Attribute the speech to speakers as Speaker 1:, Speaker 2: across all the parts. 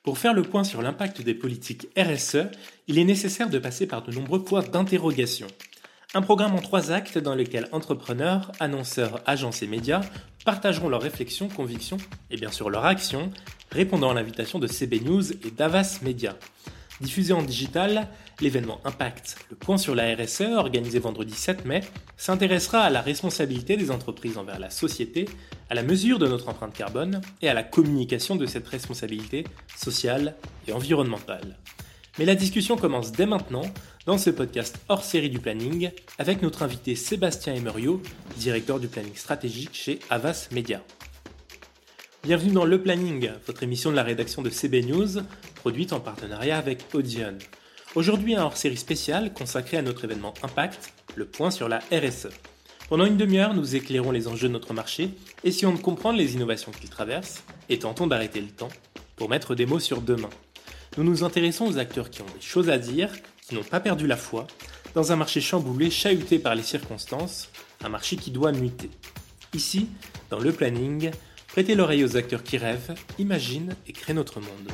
Speaker 1: Pour faire le point sur l'impact des politiques RSE, il est nécessaire de passer par de nombreux points d'interrogation. Un programme en 3 actes dans lequel entrepreneurs, annonceurs, agences et médias partageront leurs réflexions, convictions et bien sûr leurs actions, répondant à l'invitation de CB News et d'Havas Media. Diffusé en digital, l'événement Impact, le point sur la RSE, organisé vendredi 7 mai, s'intéressera à la responsabilité des entreprises envers la société, à la mesure de notre empreinte carbone et à la communication de cette responsabilité sociale et environnementale. Mais la discussion commence dès maintenant dans ce podcast hors série du planning avec notre invité Sébastien Emerio, directeur du planning stratégique chez Havas Media. Bienvenue dans Le Planning, votre émission de la rédaction de CB News, produite en partenariat avec Audion. Aujourd'hui, un hors-série spécial consacré à notre événement Impact, le point sur la RSE. Pendant une demi-heure, nous éclairons les enjeux de notre marché, essayons de comprendre les innovations qu'il traverse et tentons d'arrêter le temps pour mettre des mots sur demain. Nous nous intéressons aux acteurs qui ont des choses à dire, qui n'ont pas perdu la foi, dans un marché chamboulé, chahuté par les circonstances, un marché qui doit muter. Ici, dans Le Planning, prêtez l'oreille aux acteurs qui rêvent, imaginent et créent notre monde.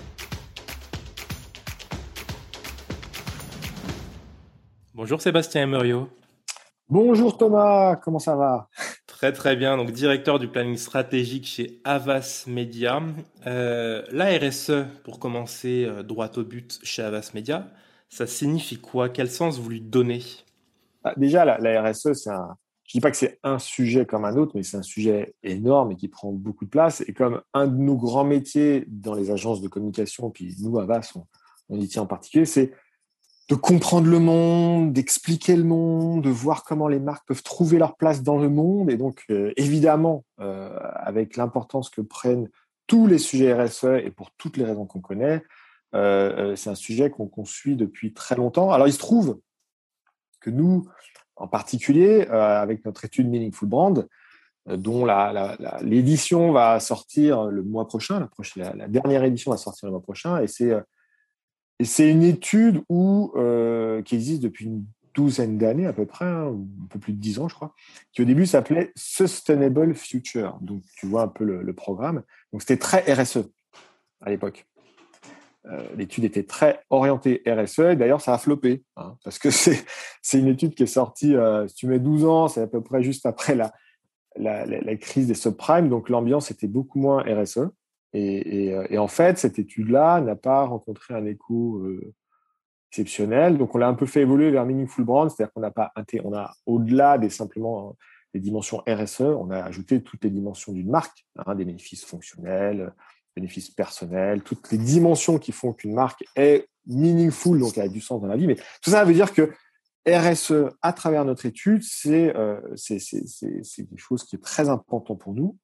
Speaker 1: Bonjour Sébastien Emerio.
Speaker 2: Bonjour Thomas, comment ça va ?
Speaker 1: Très très bien, donc directeur du planning stratégique chez Havas Media. La RSE, pour commencer droit au but chez Havas Media, ça signifie quoi ? Quel sens vous lui donnez ?
Speaker 2: Déjà, la RSE, je dis pas que c'est un sujet comme un autre, mais c'est un sujet énorme et qui prend beaucoup de place. Et comme un de nos grands métiers dans les agences de communication, puis nous, Havas, on y tient en particulier, c'est de comprendre le monde, d'expliquer le monde, de voir comment les marques peuvent trouver leur place dans le monde. Et donc, évidemment, avec l'importance que prennent tous les sujets RSE et pour toutes les raisons qu'on connaît, c'est un sujet qu'on suit depuis très longtemps. Alors, il se trouve que nous, en particulier, avec notre étude Meaningful Brand, dont l'édition va sortir le mois prochain, la dernière édition va sortir le mois prochain, et c'est une étude qui existe depuis une douzaine d'années à peu près, un peu plus de 10 ans je crois, qui au début s'appelait Sustainable Future. Donc tu vois un peu le programme. Donc c'était très RSE à l'époque. L'étude était très orientée RSE, et d'ailleurs ça a floppé, parce que c'est une étude qui est sortie, si tu mets 12 ans, c'est à peu près juste après la crise des subprimes, donc l'ambiance était beaucoup moins RSE. Et en fait, cette étude-là n'a pas rencontré un écho exceptionnel. Donc, on l'a un peu fait évoluer vers Meaningful Brand, c'est-à-dire on a au-delà simplement des dimensions RSE, on a ajouté toutes les dimensions d'une marque, des bénéfices fonctionnels, bénéfices personnels, toutes les dimensions qui font qu'une marque est meaningful, donc elle a du sens dans la vie. Mais tout ça veut dire que RSE, à travers notre étude, c'est quelque chose qui est très important pour nous.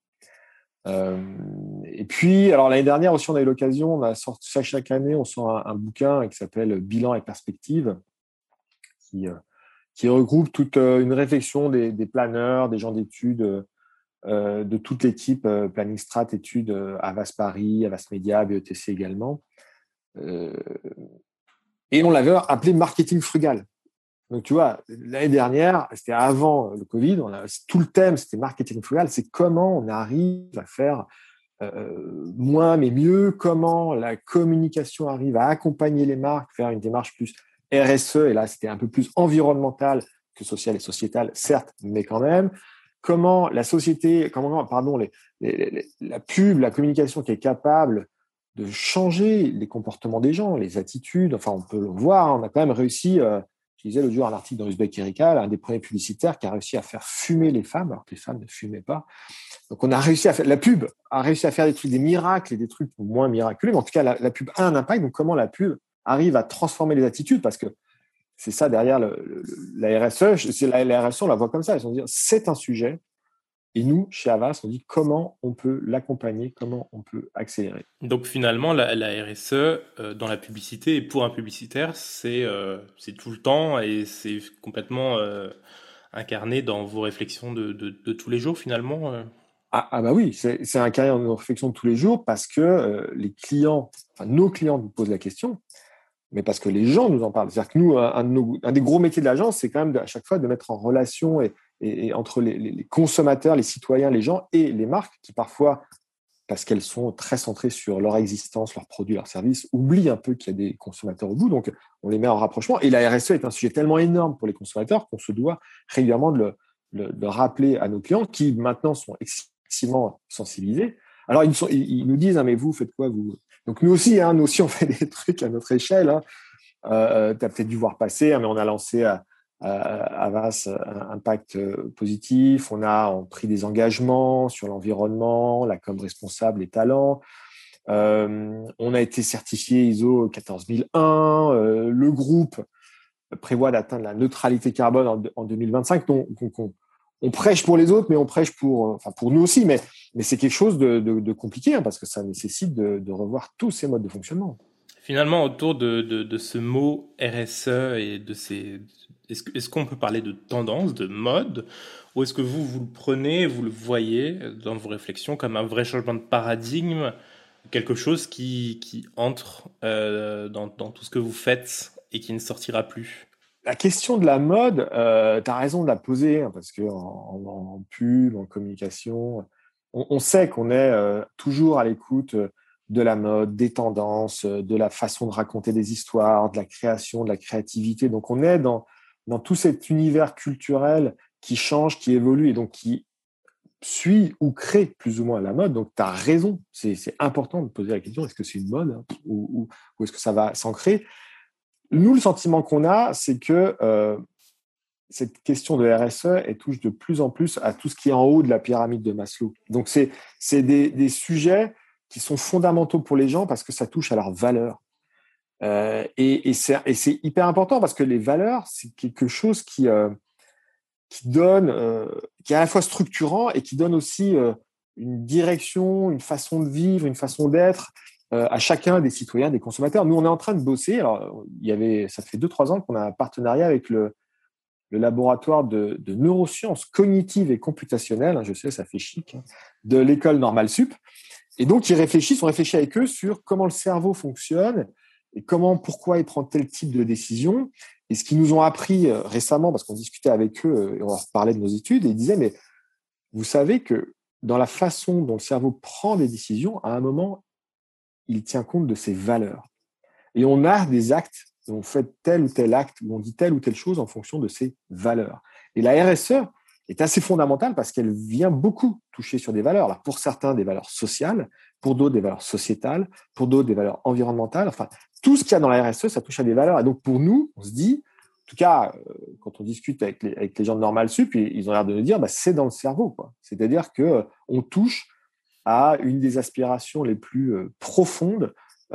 Speaker 2: Et puis, alors l'année dernière aussi, on a eu l'occasion, on a sorti chaque année, on sort un bouquin qui s'appelle Bilan et perspective, qui regroupe toute une réflexion des planeurs, des gens d'études, de toute l'équipe Planning Strat études, Havas Paris, Havas Media, BETC également. Et on l'avait appelé marketing frugal. Donc, tu vois, l'année dernière, c'était avant le Covid, tout le thème, c'était marketing frugal, c'est comment on arrive à faire moins mais mieux, comment la communication arrive à accompagner les marques, faire une démarche plus RSE, et là, c'était un peu plus environnemental que social et sociétal, certes, mais quand même. Comment la pub, la communication qui est capable de changer les comportements des gens, les attitudes, enfin, on peut le voir, on a quand même réussi... Je disais l'autre jour un article dans Uzbek Erika, un des premiers publicitaires qui a réussi à faire fumer les femmes, alors que les femmes ne fumaient pas. Donc, la pub a réussi à faire des miracles et des trucs moins miraculeux, mais en tout cas, la pub a un impact. Donc, comment la pub arrive à transformer les attitudes, parce que c'est ça derrière la RSE. La RSE, on la voit comme ça. Ils vont dire, c'est un sujet. Et nous, chez Havas, on dit comment on peut l'accompagner, comment on peut accélérer.
Speaker 1: Donc finalement, la RSE dans la publicité et pour un publicitaire, c'est tout le temps et c'est complètement incarné dans vos réflexions de tous les jours finalement.
Speaker 2: Bah oui, c'est incarné dans nos réflexions de tous les jours parce que nos clients nous posent la question, mais parce que les gens nous en parlent. C'est-à-dire que nous, un des gros métiers de l'agence, c'est quand même à chaque fois de mettre en relation et entre les consommateurs, les citoyens, les gens et les marques qui parfois parce qu'elles sont très centrées sur leur existence, leurs produits, leurs services, oublient un peu qu'il y a des consommateurs au bout. Donc, on les met en rapprochement. Et la RSE est un sujet tellement énorme pour les consommateurs qu'on se doit régulièrement de rappeler à nos clients qui maintenant sont excessivement sensibilisés. Alors, ils nous disent, mais vous faites quoi, vous? Donc, nous aussi, on fait des trucs à notre échelle. Tu as peut-être dû voir passer, mais on a lancé à VAS un pacte positif. On a pris des engagements sur l'environnement, la com responsable, les talents. On a été certifié ISO 14001. Le groupe prévoit d'atteindre la neutralité carbone en 2025. Donc, on prêche pour les autres, mais on prêche pour nous aussi. Mais c'est quelque chose de compliqué parce que ça nécessite de revoir tous ces modes de fonctionnement.
Speaker 1: Finalement, autour de ce mot RSE et de ces... Est-ce qu'on peut parler de tendance, de mode, ou est-ce que vous le prenez, vous le voyez dans vos réflexions comme un vrai changement de paradigme, quelque chose qui entre dans tout ce que vous faites et qui ne sortira plus?
Speaker 2: La question de la mode, tu as raison de la poser, parce que en pub, en communication, on sait qu'on est toujours à l'écoute de la mode, des tendances, de la façon de raconter des histoires, de la création, de la créativité. Donc, on est dans tout cet univers culturel qui change, qui évolue et donc qui suit ou crée plus ou moins la mode. Donc, tu as raison, c'est important de poser la question, est-ce que c'est une mode ou est-ce que ça va s'ancrer? Nous, le sentiment qu'on a, c'est que cette question de RSE, elle touche de plus en plus à tout ce qui est en haut de la pyramide de Maslow. Donc, c'est des sujets qui sont fondamentaux pour les gens parce que ça touche à leurs valeurs. Et c'est hyper important parce que les valeurs, c'est quelque chose qui donne, qui est à la fois structurant et qui donne aussi une direction, une façon de vivre, une façon d'être à chacun des citoyens, des consommateurs. Nous, on est en train de bosser. Alors, ça fait 2-3 ans qu'on a un partenariat avec le laboratoire de neurosciences cognitives et computationnelles, je sais, ça fait chic, de l'école normale sup. Et donc, on réfléchit avec eux sur comment le cerveau fonctionne et pourquoi il prend tel type de décision. Et ce qu'ils nous ont appris récemment, parce qu'on discutait avec eux et on leur parlait de nos études, et ils disaient, mais vous savez que dans la façon dont le cerveau prend des décisions, à un moment, il tient compte de ses valeurs. Et on a des actes, on fait tel ou tel acte, ou on dit telle ou telle chose en fonction de ses valeurs. Et la RSE est assez fondamentale parce qu'elle vient beaucoup toucher sur des valeurs. Alors pour certains, des valeurs sociales, pour d'autres, des valeurs sociétales, pour d'autres, des valeurs environnementales. Enfin, tout ce qu'il y a dans la RSE, ça touche à des valeurs. Et donc pour nous, on se dit, en tout cas, quand on discute avec les gens de Normal Sup, ils ont l'air de nous dire, c'est dans le cerveau, quoi. C'est-à-dire que on touche à une des aspirations les plus profondes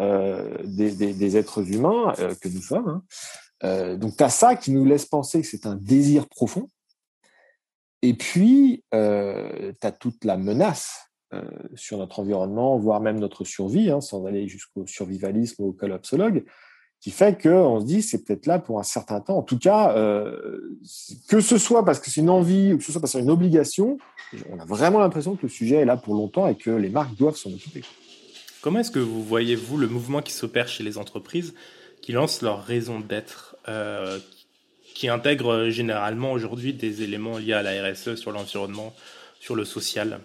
Speaker 2: des êtres humains que nous sommes. Donc, tu as ça qui nous laisse penser que c'est un désir profond. Et puis, tu as toute la menace sur notre environnement, voire même notre survie, sans aller jusqu'au survivalisme ou au collapsologue, qui fait qu'on se dit c'est peut-être là pour un certain temps. En tout cas, que ce soit parce que c'est une envie ou que ce soit parce que c'est une obligation, on a vraiment l'impression que le sujet est là pour longtemps et que les marques doivent s'en occuper.
Speaker 1: Comment est-ce que vous voyez-vous le mouvement qui s'opère chez les entreprises qui lancent leur raison d'être, qui intègrent généralement aujourd'hui des éléments liés à la RSE sur l'environnement, sur le social?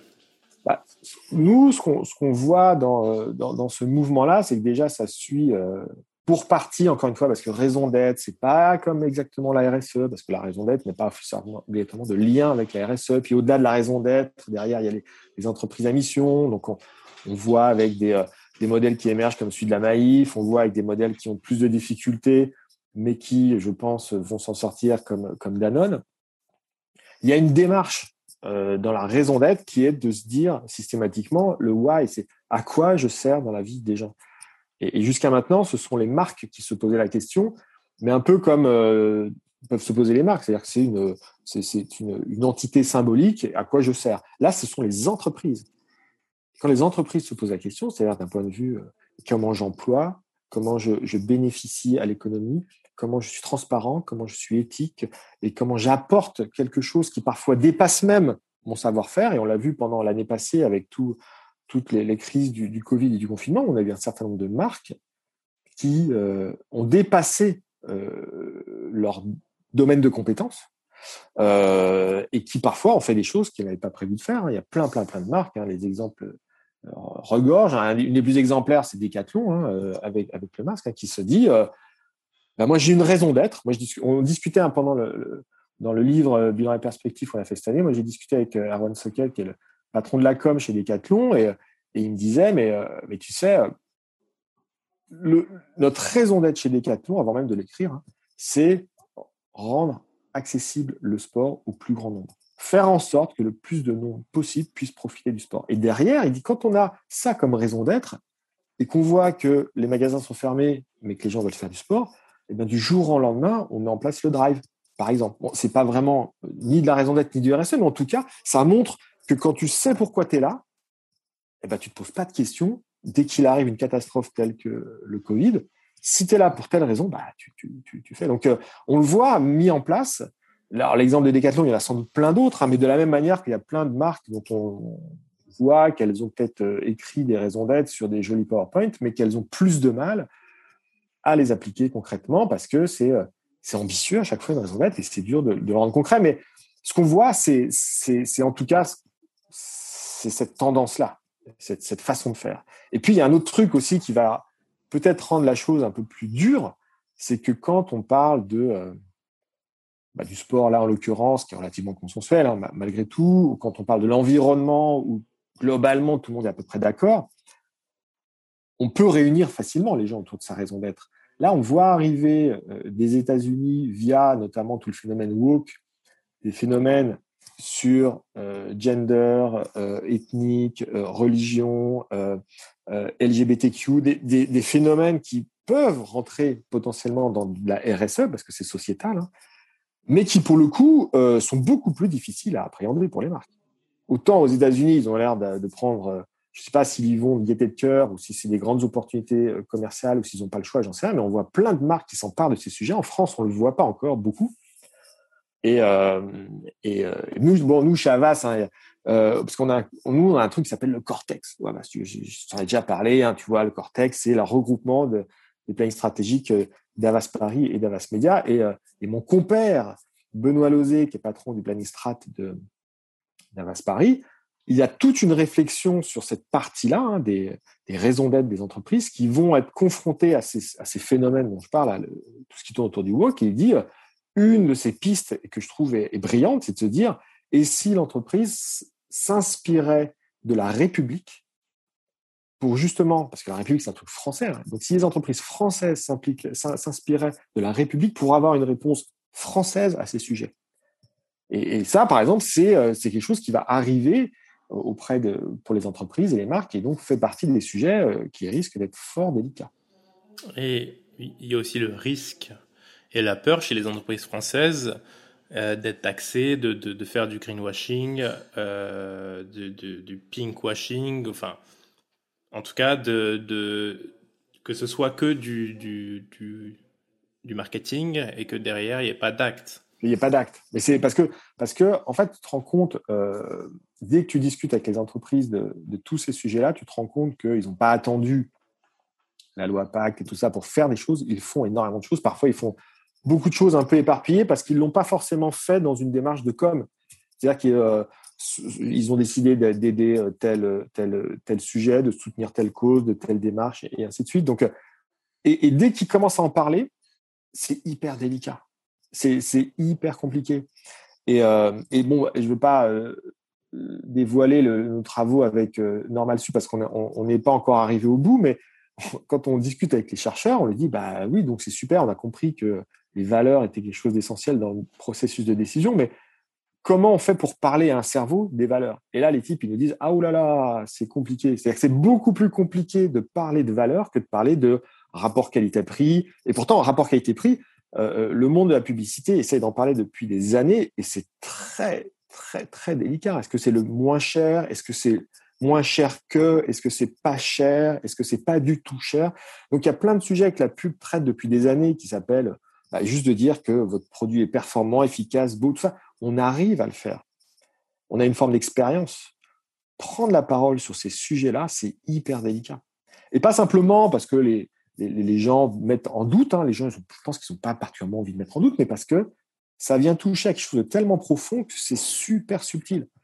Speaker 2: Nous, ce qu'on voit dans ce mouvement-là, c'est que déjà, ça suit pour partie, encore une fois, parce que raison d'être, c'est pas comme exactement la RSE, parce que la raison d'être n'est pas obligatoirement de lien avec la RSE. Puis au-delà de la raison d'être, derrière, il y a les entreprises à mission. Donc, on voit avec des modèles qui émergent comme celui de la Maïf, on voit avec des modèles qui ont plus de difficultés, mais qui, je pense, vont s'en sortir comme Danone. Il y a une démarche dans la raison d'être qui est de se dire systématiquement le why, c'est à quoi je sers dans la vie des gens. Et jusqu'à maintenant, ce sont les marques qui se posaient la question, mais un peu comme peuvent se poser les marques, c'est-à-dire que c'est une entité symbolique, à quoi je sers. Là, ce sont les entreprises. Quand les entreprises se posent la question, c'est-à-dire d'un point de vue comment j'emploie, comment je bénéficie à l'économie, comment je suis transparent, comment je suis éthique et comment j'apporte quelque chose qui parfois dépasse même mon savoir-faire. Et on l'a vu pendant l'année passée avec toutes les crises du Covid et du confinement. On a vu un certain nombre de marques qui ont dépassé leur domaine de compétences et qui parfois ont fait des choses qu'ils n'avaient pas prévu de faire. Il y a plein de marques. Les exemples regorge. Une des plus exemplaires, c'est Decathlon, avec le masque, qui se dit moi, j'ai une raison d'être. Moi, on discutait pendant dans le livre Bilan et perspective qu'on a fait cette année. Moi, j'ai discuté avec Erwan Sokol, qui est le patron de la com chez Decathlon, et il me disait, mais tu sais, notre raison d'être chez Decathlon, avant même de l'écrire, c'est rendre accessible le sport au plus grand nombre. Faire en sorte que le plus de monde possible puisse profiter du sport. Et derrière, il dit, quand on a ça comme raison d'être, et qu'on voit que les magasins sont fermés, mais que les gens veulent faire du sport, et bien, du jour au lendemain, on met en place le drive, par exemple. Bon, c'est pas vraiment ni de la raison d'être, ni du RSE, mais en tout cas, ça montre que quand tu sais pourquoi tu es là, eh ben, tu ne te poses pas de questions. Dès qu'il arrive une catastrophe telle que le Covid, si tu es là pour telle raison, tu fais. Donc, on le voit mis en place. Alors, l'exemple de Decathlon, il y en a sans doute plein d'autres, mais de la même manière qu'il y a plein de marques dont on voit qu'elles ont peut-être écrit des raisons d'être sur des jolis PowerPoint, mais qu'elles ont plus de mal à les appliquer concrètement parce que c'est ambitieux à chaque fois une raison d'être et c'est dur de le rendre concret. Mais ce qu'on voit, c'est en tout cas, c'est cette tendance-là, cette façon de faire. Et puis, il y a un autre truc aussi qui va peut-être rendre la chose un peu plus dure, c'est que quand on parle du sport, là en l'occurrence, qui est relativement consensuel, malgré tout, ou quand on parle de l'environnement, où globalement tout le monde est à peu près d'accord, on peut réunir facilement les gens autour de sa raison d'être. Là, on voit arriver des États-Unis via notamment tout le phénomène woke, des phénomènes sur gender, ethnique, religion, LGBTQ, des phénomènes qui peuvent rentrer potentiellement dans la RSE, parce que c'est sociétal, mais qui, pour le coup, sont beaucoup plus difficiles à appréhender pour les marques. Autant aux États-Unis, ils ont l'air de prendre, je ne sais pas s'ils y vont de gaieté de cœur ou si c'est des grandes opportunités commerciales ou s'ils n'ont pas le choix, j'en sais rien, mais on voit plein de marques qui s'emparent de ces sujets. En France, on ne le voit pas encore beaucoup. Et nous, chez Havas, parce qu'on on a un truc qui s'appelle le Cortex. Voilà, je t'en ai déjà parlé, tu vois, le Cortex, c'est le regroupement des plannings stratégiques d'Havas Paris et d'Havas Média. Et mon compère, Benoît Lozé, qui est patron du planning strat d'Havas Paris, il y a toute une réflexion sur cette partie-là, des raisons d'être des entreprises qui vont être confrontées à ces phénomènes dont je parle, tout ce qui tourne autour du woke, et il dit, une de ces pistes que je trouve est brillante, c'est de se dire, et si l'entreprise s'inspirait de la République pour justement, parce que la République, c'est un truc français, donc si les entreprises françaises s'inspiraient de la République pour avoir une réponse française à ces sujets. Et ça, par exemple, c'est quelque chose qui va arriver pour les entreprises et les marques, et donc fait partie des sujets qui risquent d'être fort délicats.
Speaker 1: Et il y a aussi le risque et la peur chez les entreprises françaises d'être taxées, de faire du greenwashing, du pinkwashing, enfin, en tout cas, que ce soit que du marketing et que derrière, il n'y ait pas d'acte.
Speaker 2: Il n'y a pas d'acte. Mais c'est parce que, en fait, tu te rends compte, dès que tu discutes avec les entreprises de tous ces sujets-là, tu te rends compte qu'ils n'ont pas attendu la loi Pacte et tout ça pour faire des choses. Ils font énormément de choses. Parfois, ils font beaucoup de choses un peu éparpillées parce qu'ils ne l'ont pas forcément fait dans une démarche de com. C'est-à-dire qu'ils ont décidé d'aider tel sujet, de soutenir telle cause, de telle démarche, et ainsi de suite. Donc, et dès qu'ils commencent à en parler, c'est hyper délicat. C'est hyper compliqué. Et bon, je ne veux pas dévoiler nos travaux avec Normal Sup parce qu'on n'est pas encore arrivé au bout, mais quand on discute avec les chercheurs, on leur dit bah oui, donc c'est super, on a compris que les valeurs étaient quelque chose d'essentiel dans le processus de décision, mais comment on fait pour parler à un cerveau des valeurs? Et là, les types, ils nous disent ah oulala, c'est compliqué. C'est-à-dire que c'est beaucoup plus compliqué de parler de valeurs que de parler de rapport qualité-prix. Et pourtant, rapport qualité-prix, le monde de la publicité essaie d'en parler depuis des années et c'est très, très, très délicat. Est-ce que c'est le moins cher? Est-ce que c'est moins cher que? Est-ce que c'est pas cher? Est-ce que c'est pas du tout cher? Donc, il y a plein de sujets que la pub traite depuis des années qui s'appellent juste de dire que votre produit est performant, efficace, beau, tout ça. On arrive à le faire. On a une forme d'expérience. Prendre la parole sur ces sujets-là, c'est hyper délicat. Et pas simplement parce que les gens mettent en doute, les gens, je pense qu'ils n'ont pas particulièrement envie de mettre en doute, mais parce que ça vient toucher à quelque chose de tellement profond que c'est super subtil.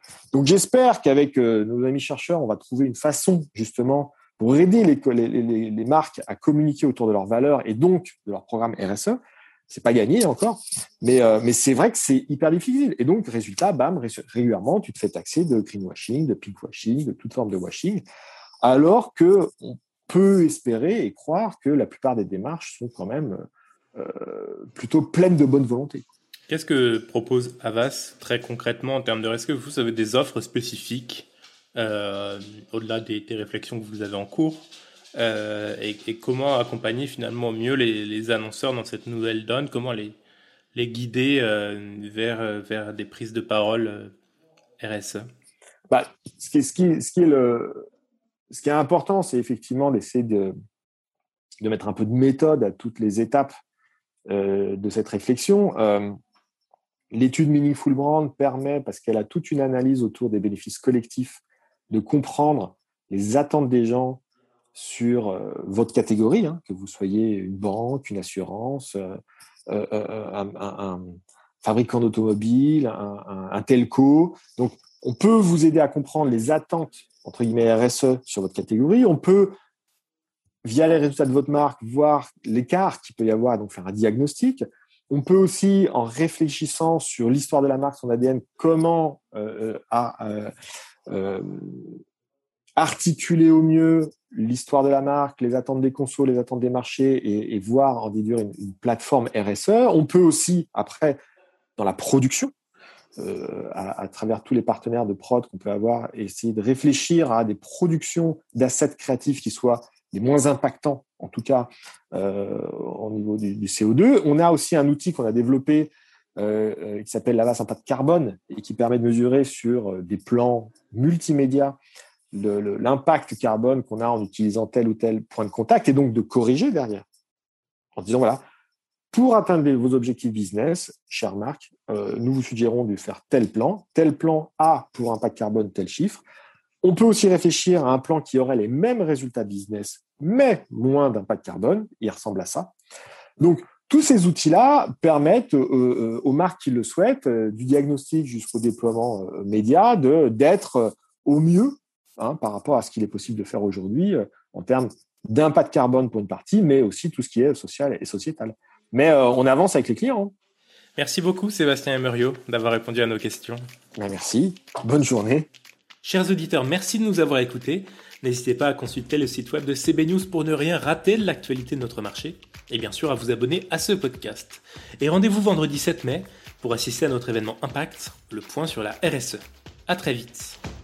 Speaker 2: Donc j'espère qu'avec nos amis chercheurs, on va trouver une façon justement pour aider les marques à communiquer autour de leurs valeurs et donc de leur programme RSE. C'est pas gagné encore, mais c'est vrai que c'est hyper difficile. Et donc, résultat, bam, régulièrement, tu te fais taxer de greenwashing, de pinkwashing, de toute forme de washing, alors que on peut espérer et croire que la plupart des démarches sont quand même plutôt pleines de bonne volonté.
Speaker 1: Qu'est-ce que propose Havas très concrètement en termes de... Est-ce que vous avez des offres spécifiques au-delà des réflexions que vous avez en cours et comment accompagner finalement mieux les annonceurs dans cette nouvelle donne, comment les guider vers des prises de parole RSE?
Speaker 2: Ce qui est important, c'est effectivement d'essayer de mettre un peu de méthode à toutes les étapes de cette réflexion. L'étude Meaningful Brand permet, parce qu'elle a toute une analyse autour des bénéfices collectifs, de comprendre les attentes des gens sur votre catégorie, que vous soyez une banque, une assurance, un fabricant d'automobile, un telco. Donc, on peut vous aider à comprendre les attentes, entre guillemets, RSE sur votre catégorie. On peut, via les résultats de votre marque, voir l'écart qu'il peut y avoir, donc faire un diagnostic. On peut aussi, en réfléchissant sur l'histoire de la marque, son ADN, comment articuler au mieux l'histoire de la marque, les attentes des consos, les attentes des marchés et voir en déduire une plateforme RSE. On peut aussi, après, dans la production, à travers tous les partenaires de prod qu'on peut avoir, essayer de réfléchir à des productions d'assets créatifs qui soient les moins impactants, en tout cas au niveau du CO2. On a aussi un outil qu'on a développé qui s'appelle Havas Impact Carbone et qui permet de mesurer sur des plans multimédia l'impact carbone qu'on a en utilisant tel ou tel point de contact et donc de corriger derrière en disant voilà, pour atteindre vos objectifs business, chère marque, nous vous suggérons de faire tel plan a pour impact carbone tel chiffre. On peut aussi réfléchir à un plan qui aurait les mêmes résultats business mais moins d'impact carbone, il ressemble à ça. Donc tous ces outils-là permettent aux marques qui le souhaitent, du diagnostic jusqu'au déploiement média, d'être au mieux par rapport à ce qu'il est possible de faire aujourd'hui en termes d'impact carbone pour une partie, mais aussi tout ce qui est social et sociétal. Mais on avance avec les clients.
Speaker 1: Merci beaucoup Sébastien et Muriot d'avoir répondu à nos questions.
Speaker 2: Merci, bonne journée.
Speaker 1: Chers auditeurs, merci de nous avoir écoutés. N'hésitez pas à consulter le site web de CB News pour ne rien rater de l'actualité de notre marché et bien sûr à vous abonner à ce podcast. Et rendez-vous vendredi 7 mai pour assister à notre événement Impact, le point sur la RSE. À très vite.